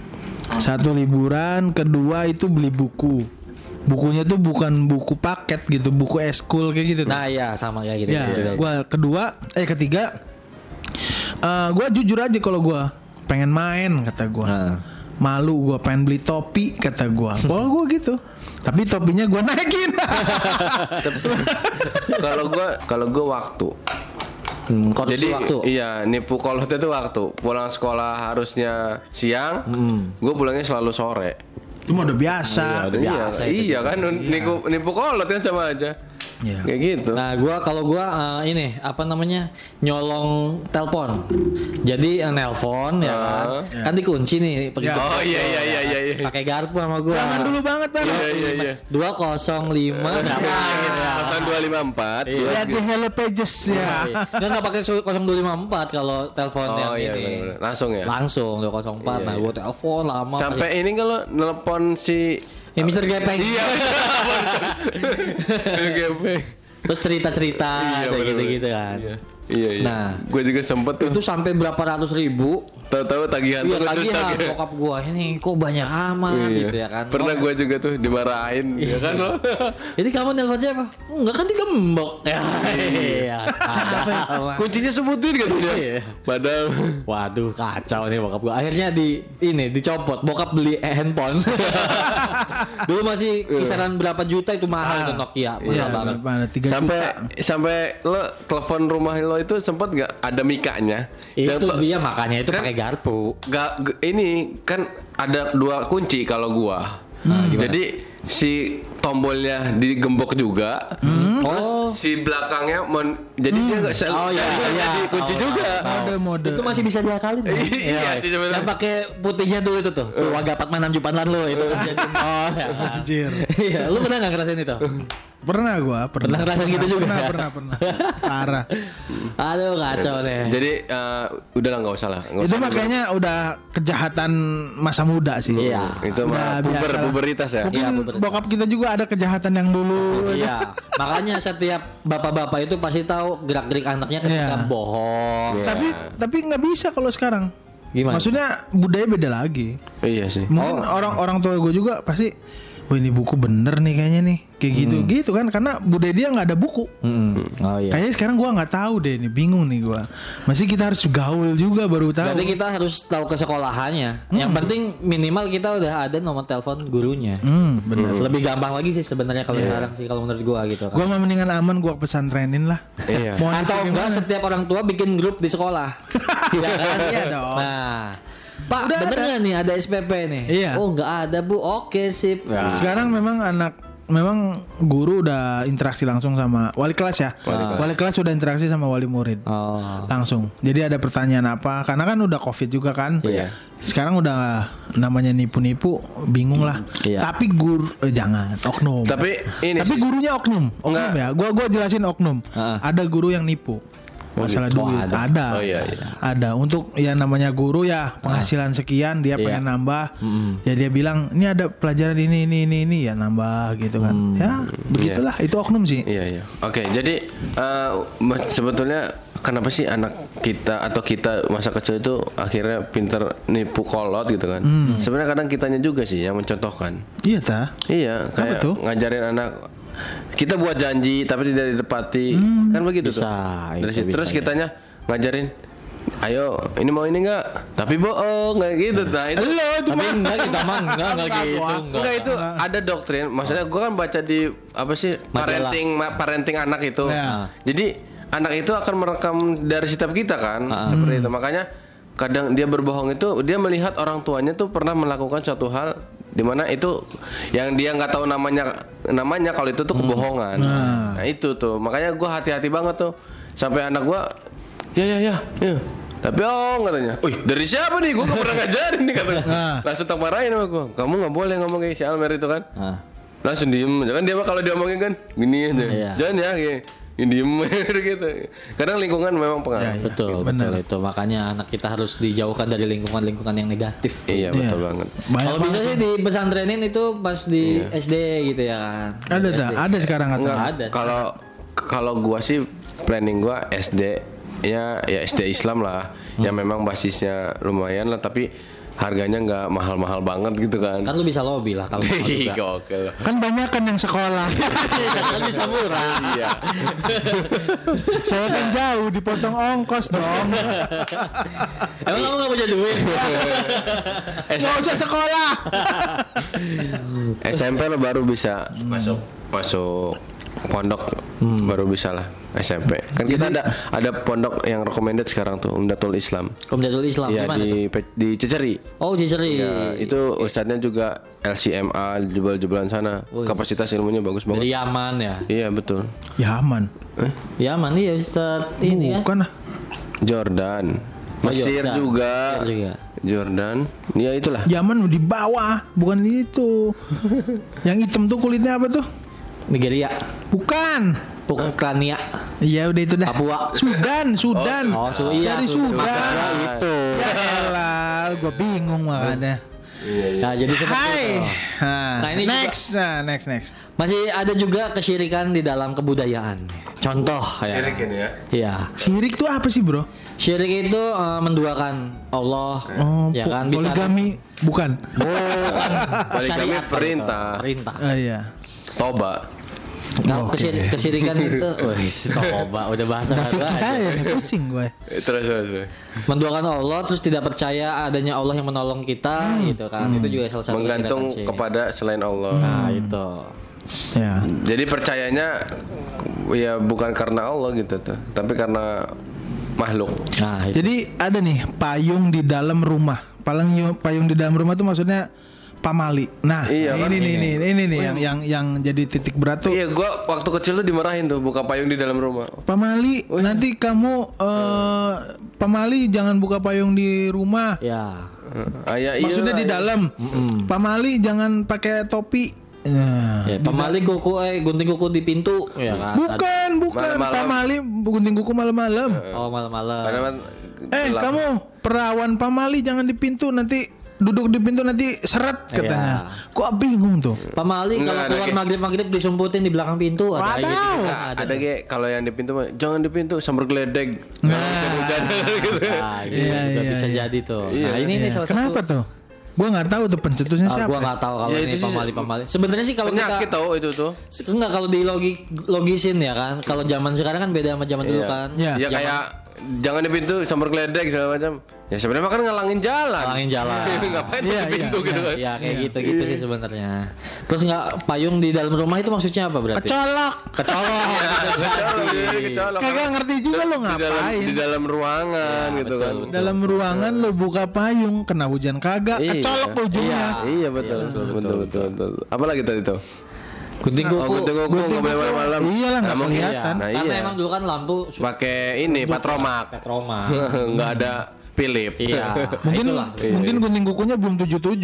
kedua itu beli buku. Bukunya tuh bukan buku paket gitu, buku eskul kayak gitu. Nah ya sama kayak gitu. Ya, ketiga, gue jujur aja kalau gue pengen main kata gue. Malu gue pengen beli topi kata gue. Kalau gue gitu. Tapi topinya gue naikin. Kalau gue waktu. Jadi waktu. Iya nipu kolotnya tuh waktu. Pulang sekolah harusnya siang, gue pulangnya selalu sore. Itu udah biasa. Iya kan nipu kolot kan sama aja. Iya. Kayak gitu. Nah, kalau gua ini apa namanya? Nyolong telepon. Jadi nelpon ya kan. Kan dikunci nih pakai Oh iya. pakai garpu sama gua. Jangan dulu banget Bang. Iya. 205 berapa gitu ya. 0254. Lihat di Hello Pages ya. Enggak pakai 0254 kalau telepon yang iya, ini. bener. Langsung ya. Langsung 204. Nah, gua telepon lama. Sampai ini kalau nelpon si Mr. Gepeng. Iya. Gepeng. Terus cerita-cerita kayak gitu-gitu kan. Iya. Nah, gue juga sempet tuh. Itu sampai berapa ratus ribu. Tahu-tahu tagihan Iya, tuh tagihan bokap gua ini kok banyak amat gitu ya kan. Pernah gue juga tuh dimarahin ya kan lo. Jadi kamu nelfon siapa? Enggak kan digembok. Ya, iya. Kuncinya sebutin katanya. Iya. Padahal Waduh, kacau nih bokap gua. Akhirnya dicopot. Bokap beli handphone. Dulu masih kisaran berapa juta itu mahal itu Nokia. Iya, Mahal banget. 3 juta. sampai lo telepon rumah lo itu sempet gak ada mikanya? Itu dia makanya itu pakai garpu. Ini kan ada 2 kunci kalau gua. Jadi si tombolnya digembok juga. Terus si belakangnya jadi dia enggak jadi kunci juga. Mode. Itu masih bisa diakalin. Iya sih sebenarnya. Yang pakai putihnya dulu itu tuh. Waga 46 Jupan lo itu kan jadi. Oh ya. Anjir. Iya, lu pernah enggak ngerasain itu? Pernah ngerasain gitu juga. Pernah. Parah. Aduh, kacau deh. Jadi udahlah enggak usah lah. Itu makanya udah kejahatan masa muda sih. Iya. Itu mah puberitas ya. Mungkin Iya, puberitas. bokap kita juga ada kejahatan yang dulu. Iya. Makanya setiap bapak-bapak itu pasti tahu gerak-gerik anaknya ketika bohong. Tapi nggak bisa kalau sekarang. Gimana? Maksudnya budaya beda lagi. Iya sih. Mungkin orang tua gue juga pasti, wah ini buku bener nih kayaknya nih, kayak gitu kan, karena budaya dia nggak ada buku. Oh iya. Kayaknya sekarang gue nggak tahu deh, nih bingung nih gue. Masih kita harus gaul juga baru tahu. Berarti kita harus tahu ke sekolahannya. Yang penting minimal kita udah ada nomor telepon gurunya. Bener. Lebih gampang lagi sih sebenarnya kalau sekarang sih kalau menurut gua gitu kan. Gue mah mendingan aman gue pesantrenin lah. Iya. Atau enggak setiap orang tua bikin grup di sekolah. Iya kan? Iya dong. Nah, Pak, Udah bener ada. nggak nih ada SPP nih? Iya. Oh nggak ada Bu, oke sip. Nah. Sekarang memang guru udah interaksi langsung sama wali kelas ya. Wali kelas udah interaksi sama wali murid. Oh. Langsung. Jadi ada pertanyaan apa? Karena kan udah Covid juga kan. Iya. Sekarang udah namanya nipu-nipu, bingung lah. Iya. Tapi jangan oknum. Tapi ini Tapi sih- gurunya oknum ya. Gua jelasin oknum. Ada guru yang nipu. Masalah gitu. duit ada. ada. Oh, iya. Ada untuk ya namanya guru ya penghasilan sekian dia pengen nambah. Ya dia bilang ini ada pelajaran ini ya nambah gitu kan. Ya begitulah itu oknum sih. Iya. Oke, jadi sebetulnya kenapa sih anak kita atau kita masa kecil itu akhirnya pinter nipu kolot gitu kan? Sebenarnya kadang kitanya juga sih yang mencontohkan. Iya ta. Iya, kayak tuh? ngajarin anak kita buat janji tapi tidak ditepati. Kan begitu Bisa, tuh. itu bisa, Terus kitanya ngajarin, ayo ini mau ini enggak? Tapi bohong kayak gitu. Nah, itu Tapi enggak kita mah enggak gitu. enggak itu ada doktrin. Maksudnya gue kan baca di apa sih Majalah. parenting anak itu. Ya. Jadi anak itu akan merekam dari setiap kita kan, seperti itu. Makanya kadang dia berbohong itu dia melihat orang tuanya tuh pernah melakukan suatu hal di mana itu yang dia nggak tahu namanya kalau itu tuh kebohongan. Nah itu tuh makanya gue hati-hati banget tuh sampai anak gue ya. Tapi katanya, dari siapa nih? Gue gak pernah ngajarin nih katanya. Langsung tak marahin sama gue. Kamu nggak boleh ngomong kayak si Almer itu kan. Langsung diem. Kan dia mah kalau diomongin kan gini aja. Iya. Jangan ya gini. Diem gitu. Kadang lingkungan memang pengaruh. Betul itu. Makanya anak kita harus dijauhkan dari lingkungan yang negatif. Iya betul banget. Kalau bisa sih di pesantrenin itu pas di SD gitu ya kan. Ada sekarang atau Enggak ada. Kalau gua sih planning gua SD ya SD Islam lah. Yang memang basisnya lumayan lah tapi harganya nggak mahal-mahal banget gitu kan. Kan lu bisa lobby lah kalau mau juga. Gokil. kan banyak kan yang sekolah. Kan bisa murah. Iya. Saya kan jauh dipotong ongkos dong. Emang kamu gak punya duit? Nggak usah sekolah. SMP lo baru bisa masuk pondok baru bisa lah. SMP. Kan kita ada pondok yang recommended sekarang tuh, Umdatul Islam. Umdatul Islam Iya di Ceceri. Oh, Ceceri. Ya, itu ustadznya juga LCMA, jebal-jebalan sana. Kapasitas ilmunya bagus banget. Dari Yaman ya. Iya, betul. Yaman. Yaman iya Ustaz ini kan. Bukan ah. Jordan. Mesir juga. Jordan. Ya itulah. Yaman di bawah, bukan itu. Yang hitam tuh kulitnya apa tuh? Nigeria. Bukan. Ukraina. Iya udah itu dah. Papua. Sudan. Iya, dari Sudan. Itu. Ya elah, gue bingung makanya. Nah, jadi seperti itu. Nah, ini next. Masih ada juga kesyirikan di dalam kebudayaan. Contoh Syirik ini ya. Iya. Syirik tuh apa sih, Bro? Syirik itu menduakan Allah. Ya kan bisa poligami bukan. Poligami perintah. Oh iya. Toba. Kalau kesyirikan itu, toba udah bahasa pusing gue. Terus. Menduakan Allah terus tidak percaya adanya Allah yang menolong kita gitu kan. Itu juga salah satu menggantung kepada selain Allah. Nah, itu. Ya. Jadi percayanya ya bukan karena Allah gitu tuh, tapi karena makhluk. Nah, itu. Jadi ada nih payung di dalam rumah. Payung di dalam rumah tuh maksudnya pamali. Nah, iya, ini nih yang jadi titik berat tuh. Iya, gua waktu kecil tuh dimarahin tuh buka payung di dalam rumah. Pamali, nanti kamu pamali jangan buka payung di rumah. Ya. Maksudnya di dalam. Pamali jangan pakai topi. Ya, pamali kuku gunting kuku di pintu ya kan. Bukan. Pamali gunting kuku malam-malam. Oh, malam-malam. Kamu perawan pamali jangan di pintu nanti duduk di pintu nanti seret katanya. Gua bingung tuh. Pamali kalau keluar maghrib disumputin di belakang pintu ada gitu. Ada kalau yang di pintu jangan di pintu sambar geledeg. Iya, bisa jadi tuh. Nah, ini salah satu. Kenapa tuh? Gua nggak tahu tuh pencetusnya siapa. Gua nggak tahu kalau ini pamali. Sebenarnya sih kalau kita tahu itu tuh. Enggak kalau di logisin ya kan. Kalau zaman sekarang kan beda sama zaman dulu kan. Ya kayak jangan di pintu sambar geledeg segala macam. Ya sebenarnya kan ngalangin jalan. Ngapain di pintu gitu kan? Ya kayak gitu sih sebenarnya. Terus nggak payung di dalam rumah itu maksudnya apa berarti? Kecolok. Kagak ngerti juga lo ngapain. Di dalam ruangan gitu kan. Dalam ruangan lo buka payung kena hujan kagak kecolok ujungnya. Iya betul. Apalagi tadi tuh? Gunting kuku nggak boleh malam-malam. Iyalah nggak kelihatan. Karena emang dulu kan lampu pakai ini patromak. Nggak ada Philip. Iya. Mungkin gunting kukunya belum 77.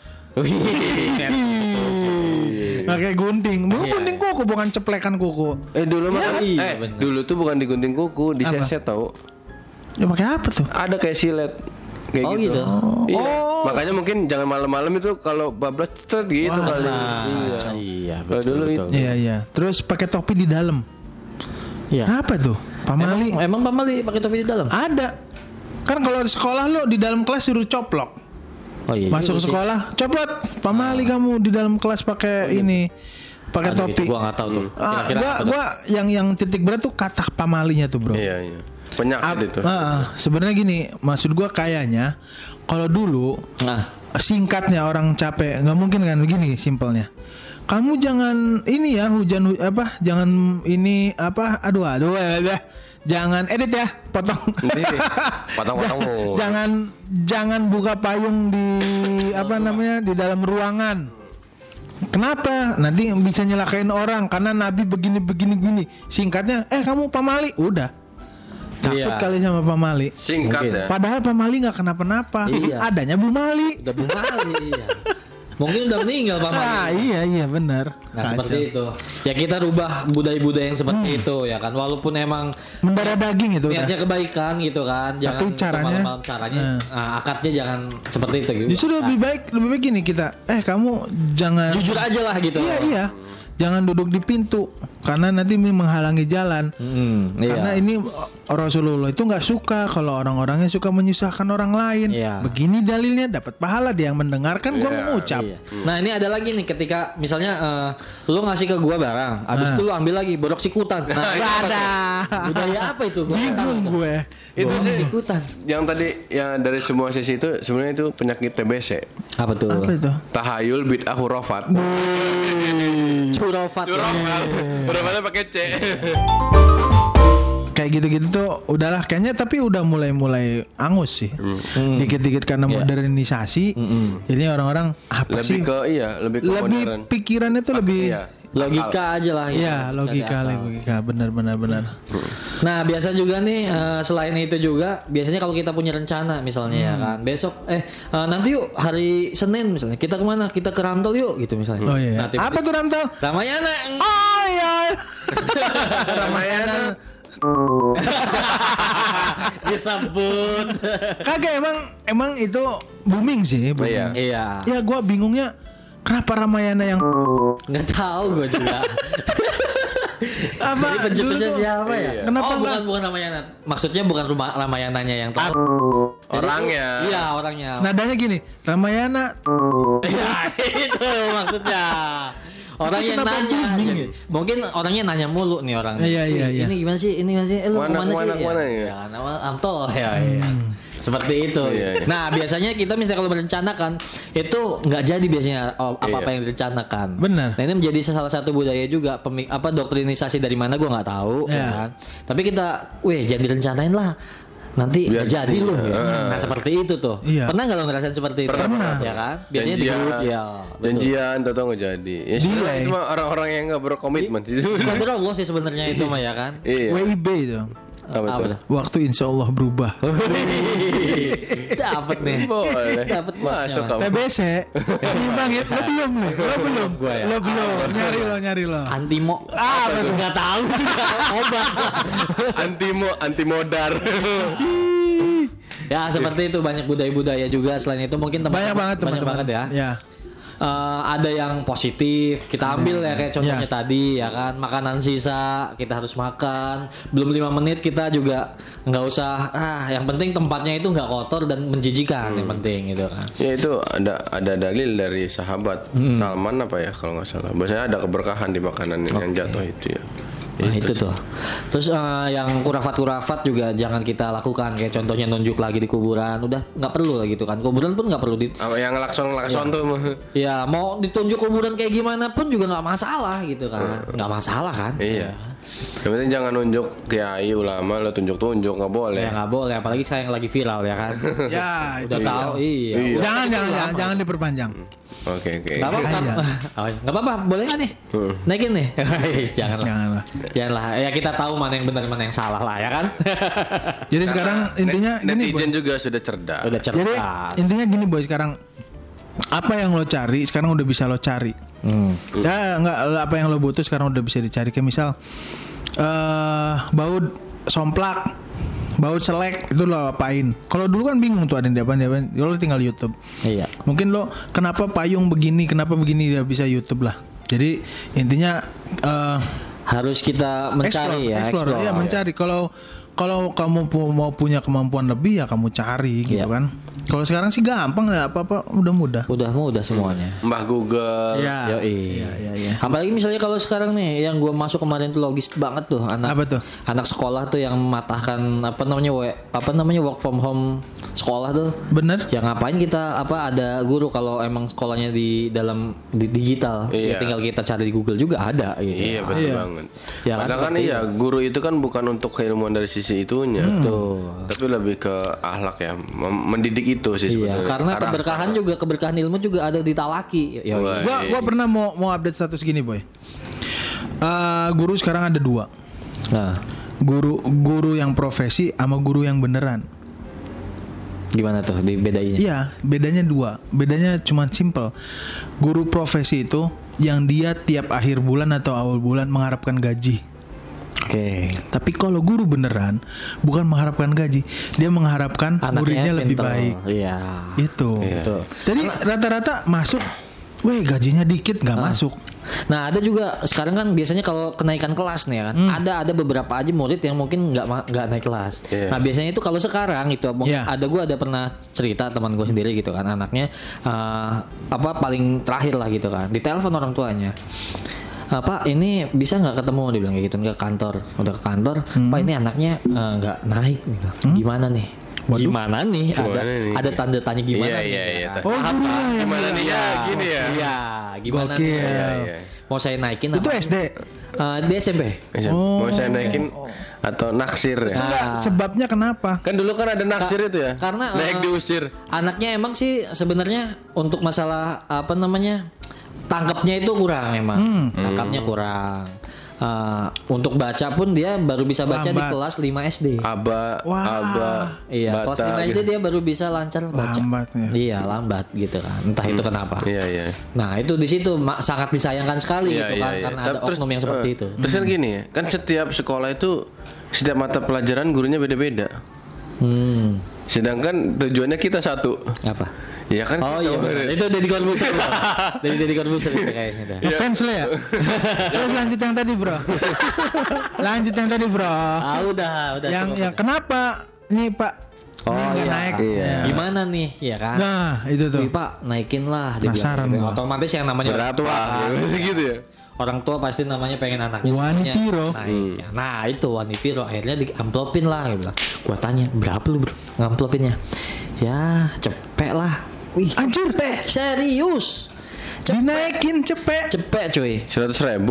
Pakai gunting. Gunting kuku bukan ceplekan kuku. Dulu tuh bukan digunting kuku, diseset tau. Ya pakai apa tuh? Ada kayak silet. Kayak gitu. Iya. Makanya mungkin jangan malam-malam itu kalau bablas gitu kali. Iya. Kalau dulu itu. Iya. Terus pakai topi di dalam. Iya. Apa tuh? Pamali. Emang pamali pakai topi di dalam? Ada. Kan kalau di sekolah lo di dalam kelas suruh coplok. Oh iya. Masuk sekolah, coplok. Pamali kamu di dalam kelas pakai ini. Pakai topi. Gua enggak tahu tuh. Gua yang titik berat tuh kata pamalinya tuh, Bro. Iya. Penyakit itu. Sebenarnya gini, maksud gua kayaknya kalau dulu singkatnya orang capek, nggak mungkin kan begini simpelnya. Kamu jangan ini ya jangan ini jangan edit ya, potong. Jangan buka payung di di dalam ruangan. Kenapa? Nanti bisa nyelakain orang karena Nabi begini. Singkatnya, kamu pamali, udah. Takut kali sama pamali. Singkat ya. Padahal pamali nggak kenapa-napa. Adanya Bu Mali. Udah Bu Mali. Iya. Mungkin udah meninggal Pak Mali. Iya benar. Nah seperti itu. Ya kita rubah budaya-budaya yang seperti itu ya kan. Walaupun emang mendarah daging itu. Niatnya kebaikan gitu kan. Jangan malam-malam caranya. Akadnya jangan seperti itu gitu. Justru lebih baik gini kita. Kamu jangan. Jujur aja lah gitu. Iya. Jangan duduk di pintu karena nanti menghalangi jalan. Karena ini Rasulullah itu nggak suka kalau orang-orangnya suka menyusahkan orang lain. Begini dalilnya, dapat pahala dia yang mendengarkan, gua mengucap. Nah ini ada lagi nih ketika misalnya lu ngasih ke gua barang, abis itu lu ambil lagi borok sikutan. Nah ada budaya apa itu? Bingung gue. Itu sikutan. Yang tadi yang dari semua sesi itu sebenarnya itu penyakit TBC. Apa tuh? Tahayul bid'ah hurafat. Hurafat. Hurafatnya pakai C. kayak gitu-gitu tuh udahlah kayaknya, tapi udah mulai angus sih. Dikit-dikit karena modernisasi. Jadi orang-orang apa lebih sih? Lebih ke modern. Pikirannya tuh lebih logika aja lah. Iya, logika. Benar. Nah, biasa juga nih selain itu juga biasanya kalau kita punya rencana misalnya ya kan, besok nanti yuk hari Senin misalnya kita kemana? Kita ke Ramtal yuk gitu misalnya. Oh iya. Nah, apa tuh Ramtal? Ramayana. Oh iya. Ramayana. Disebut. Kagak emang itu booming sih. Booming. Iya. Ya gue bingungnya kenapa Ramayana yang nggak tahu gue juga. apa? Jadi pencetusnya siapa ya? Kenapa bukan Ramayana. Maksudnya bukan Ramayananya yang tahu. Orangnya. Iya, orangnya. Nadanya gini, Ramayana. Iya, itu maksudnya. Orang yang nanya, mungkin orangnya nanya mulu nih orang. Iya. Ini gimana sih? Lu kemana sih? Mana ya kan, Amtol ya. Seperti itu. Iya. Nah, biasanya kita misalnya kalau merencanakan itu nggak jadi biasanya apa yang direncanakan. Benar. Nah, ini menjadi salah satu budaya juga doktrinisasi dari mana gue nggak tahu. Ya kan? Tapi kita, jangan direncanain lah. Nanti biar jadi loh. Nah, seperti itu tuh. Iya. Pernah nggak lo ngerasain seperti itu? Pernah. Ya kan? Biasanya di grup ya. Janjian atau nggak jadi. Ya sebenarnya itu mah orang-orang yang nggak berkomitmen sih. Kontrol lo sih sebenarnya itu mah ya kan. Iya. WIB itu. Apa tuh? Waktu insya Allah berubah. Dapat nih. Boleh. Dapat masuk kamu. TBC. Bang ya, lo belum. Nyari lo. Antimo. Enggak tahu juga. Obat. Anti modar. Ya seperti itu, banyak budaya-budaya juga. Selain itu mungkin banyak banget ya. Ya. Ada yang positif kita ambil ya, kayak contohnya tadi ya kan, makanan sisa kita harus makan, belum 5 menit kita juga nggak usah yang penting tempatnya itu nggak kotor dan menjijikan, yang penting gitu kan. Ya itu ada dalil dari sahabat Salman apa ya kalau nggak salah, biasanya ada keberkahan di makanan yang jatuh itu ya. Nah itu tuh. Terus yang kurafat juga jangan kita lakukan, kayak contohnya nunjuk lagi di kuburan, udah nggak perlu lah gitu kan. Kuburan pun nggak perlu yang lakson tuh. Ya mau ditunjuk kuburan kayak gimana pun juga nggak masalah gitu kan, nggak masalah kan. Iya. Yang penting jangan nunjuk kiai ulama lo tunjuk nggak boleh. Ya nggak boleh, apalagi saya yang lagi viral ya kan. Ya udah tahu. Iya. Jangan diperpanjang. Oke. Nggak apa-apa, boleh nggak nih? Naikin nih. Janganlah. Ya kita tahu mana yang benar mana yang salah lah ya kan. Jadi sekarang intinya netizen juga sudah cerdas. Jadi intinya gini boy, sekarang apa yang lo cari sekarang udah bisa lo cari. Ya nggak, apa yang lo butuh sekarang udah bisa dicari. Kayak misal baut somplak, baut selek itu lo apain? Kalau dulu kan bingung tuh ada yang diapain, lo tinggal YouTube. Iya. Mungkin lo kenapa payung begini, dia bisa YouTube lah. Jadi intinya harus kita mencari explore. Ya mencari. Kalau kamu mau punya kemampuan lebih ya kamu cari gitu kan. Kalau sekarang sih gampang ya, apa-apa udah mudah. Udah semuanya. Mbah Google. Iya. Apalagi misalnya kalau sekarang nih yang gue masuk kemarin tuh logis banget tuh anak sekolah tuh yang mematahkan work from home sekolah tuh. Bener. Ya ngapain kita ada guru kalau emang sekolahnya di dalam digital. Ya tinggal kita cari di Google juga ada gitu. Iya betul banget. Ya kan guru itu kan bukan untuk keilmuan dari sisi itunya. Tapi lebih ke akhlak ya, mendidik itu sih sebenarnya. Karena keberkahan ilmu juga ada di talaki. Gua pernah mau update status gini boy. Guru sekarang ada 2. Nah, guru yang profesi sama guru yang beneran. Gimana tuh dibedainnya? Iya, bedanya 2. Bedanya cuma simple. Guru profesi itu yang dia tiap akhir bulan atau awal bulan mengharapkan gaji. Oke. Tapi kalau guru beneran bukan mengharapkan gaji, dia mengharapkan muridnya lebih baik. Iya. Itu. Jadi rata-rata masuk, gajinya dikit nggak masuk. Nah ada juga sekarang kan biasanya kalau kenaikan kelas nih ya kan, ada beberapa aja murid yang mungkin nggak naik kelas. Nah biasanya itu kalau sekarang itu ada pernah cerita teman gue sendiri gitu kan, anaknya paling terakhir lah gitu kan, ditelepon orang tuanya. Pak ini bisa nggak ketemu, dia bilang kayak gitu, ke kantor, udah ke kantor, Pak ini anaknya nggak naik, gimana nih? Waduh. Gimana nih? Ada tanda tanya gimana? Iya. Gimana nih ya? Gini ya? Iya. Gimana nih? Mau saya naikin? Itu SD. Di SMP. Mau saya naikin atau naksir ya? Sebabnya kenapa? Kan dulu kan ada naksir itu ya. Karena naik diusir. Anaknya emang sih sebenarnya untuk masalah apa namanya tangkapnya itu kurang emang. Tangkapnya kurang. Untuk baca pun dia baru bisa baca di kelas 5 SD. Aba. Iya, kelas 5 SD dia baru bisa lancar baca. Lambat ya. Iya, lambat gitu kan. Entah itu kenapa. Iya. Nah, itu di situ sangat disayangkan sekali gitu kan karena ada oknum yang seperti itu. Terus kan gini ya, kan setiap sekolah itu setiap mata pelajaran gurunya beda-beda. Sedangkan tujuannya kita satu. Apa? Ya kan. Oh iya, itu Deddy Corbuzier. Deddy Corbuzier itu kayaknya. Ngefans lo ya. Terus lanjut yang tadi bro. Udah. Yang kenapa nih Pak? Nggak naik. Iya. Gimana nih, ya kan? Nah itu tuh. Pak, naikin lah. Penasaran gitu. Otomatis yang namanya orang tua gitu ya. Orang tua pasti namanya pengen anaknya Wanipiro. Nah itu Wanipiro akhirnya diamplopin lah. Gua tanya berapa lu bro ngamplopinnya? Ya cepet lah. Wih, anjir, serius. Dinaikin cepet cuy. 100.000.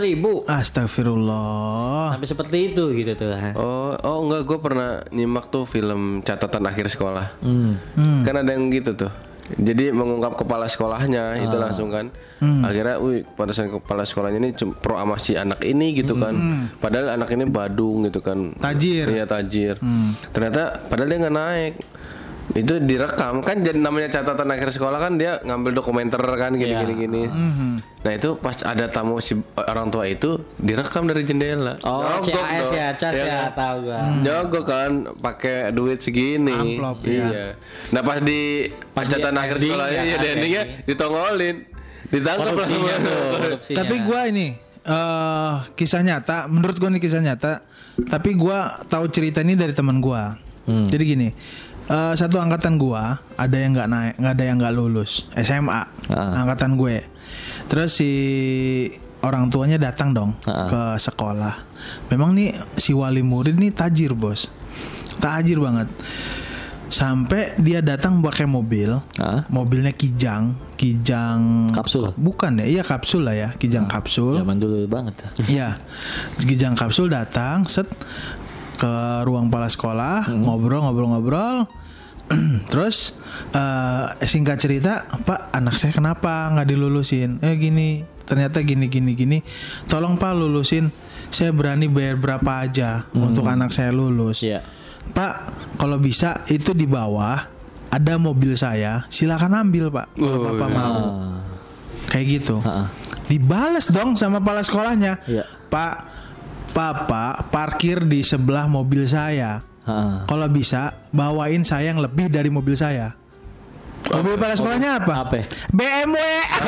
Astagfirullah. Sampai seperti itu gitu tuh. Oh enggak, gue pernah nyimak tuh film catatan akhir sekolah. Kan ada yang gitu tuh. Jadi mengungkap kepala sekolahnya itu langsung kan. Akhirnya, pantasan kepala sekolahnya ini pro sama si anak ini gitu kan. Padahal anak ini badung gitu kan. Tajir. Iya tajir. Ternyata padahal dia nggak naik. Itu direkam kan, jadi namanya catatan akhir sekolah kan dia ngambil dokumenter kan gini. Nah itu pas ada tamu si orang tua itu direkam dari jendela. CAS ya, cas ya, tahu gua. Nyogok kan pakai duit segini. Amplop, iya. Nah pas catatan akhir sekolahnya ya di endingnya ditongolin, ditangkap korupsinya. Tapi gua ini kisah nyata, menurut gua ini kisah nyata. Tapi gua tahu cerita ini dari teman gua. Jadi gini. Satu angkatan gua ada yang nggak naik, nggak ada yang nggak lulus SMA angkatan gue. Terus si orang tuanya datang dong ke sekolah. Memang nih si wali murid nih tajir bos, tajir banget. Sampai dia datang pakai mobil, mobilnya kijang kapsul. Bukan ya, iya kapsul lah ya, kijang kapsul. Zaman dulu banget. Iya, kijang kapsul datang set ke ruang kepala sekolah, ngobrol. Terus singkat cerita, Pak, anak saya kenapa nggak dilulusin? Gini, ternyata gini. Tolong Pak lulusin. Saya berani bayar berapa aja untuk anak saya lulus. Pak, kalau bisa itu di bawah ada mobil saya, silakan ambil Pak. Kalau Bapak mau. Kayak gitu. Dibales dong sama kepala sekolahnya. Pak, Bapak parkir di sebelah mobil saya. Kalau bisa bawain saya yang lebih dari mobil saya. Mobil kepala sekolahnya apa? BMW.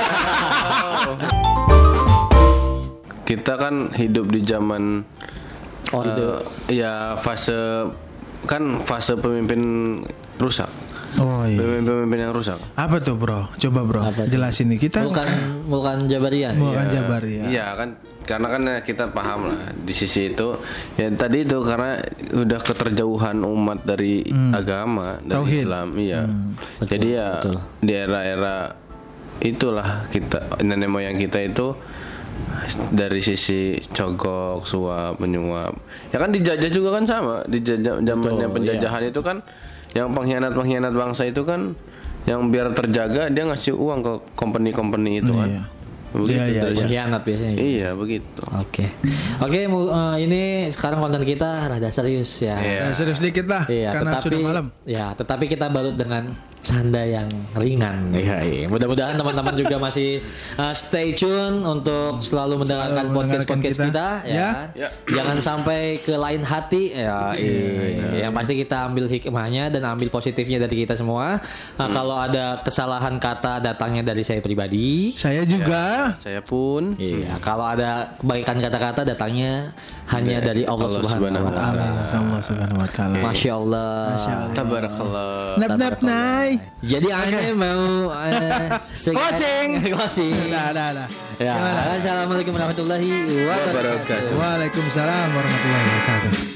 Kita kan hidup di zaman ya fase pemimpin rusak. Oh iya. Pemimpin yang rusak. Apa tuh bro? Coba bro, jelasin nih kita. Bukan Jabarian. Iya kan, karena kan kita paham lah di sisi itu. Ya tadi itu karena udah keterjauhan umat dari agama, dari Tauhid. Islam. Iya. Jadi ya di era-era itulah kita, nenek moyang kita itu dari sisi cogok, suap, menyuap. Ya kan dijajah juga kan sama. Dijajah zamannya penjajahan itu kan. Yang pengkhianat bangsa itu kan yang biar terjaga dia ngasih uang ke company itu kan. Begitu pengkhianat biasanya. Iya begitu. Oke, ini sekarang konten kita rada serius ya. Serius dikit lah karena sudah malam. Tetapi kita balut dengan canda yang ringan. Mudah-mudahan teman-teman juga masih stay tune untuk selalu mendengarkan podcast kita ya. Jangan sampai ke lain hati Yang pasti kita ambil hikmahnya dan ambil positifnya dari kita semua. Kalau ada kesalahan kata datangnya dari saya pribadi. Saya juga. Saya pun. Iya, kalau ada kebaikan kata-kata datangnya hanya dari Allah Subhanahu wa taala. Allah Subhanahu wa taala. Masya Allah. Tabarakallah. Nap nai. Jadi aneh mau closing. Dah. Ya. Assalamualaikum warahmatullahi wabarakatuh. Waalaikumsalam warahmatullahi wabarakatuh.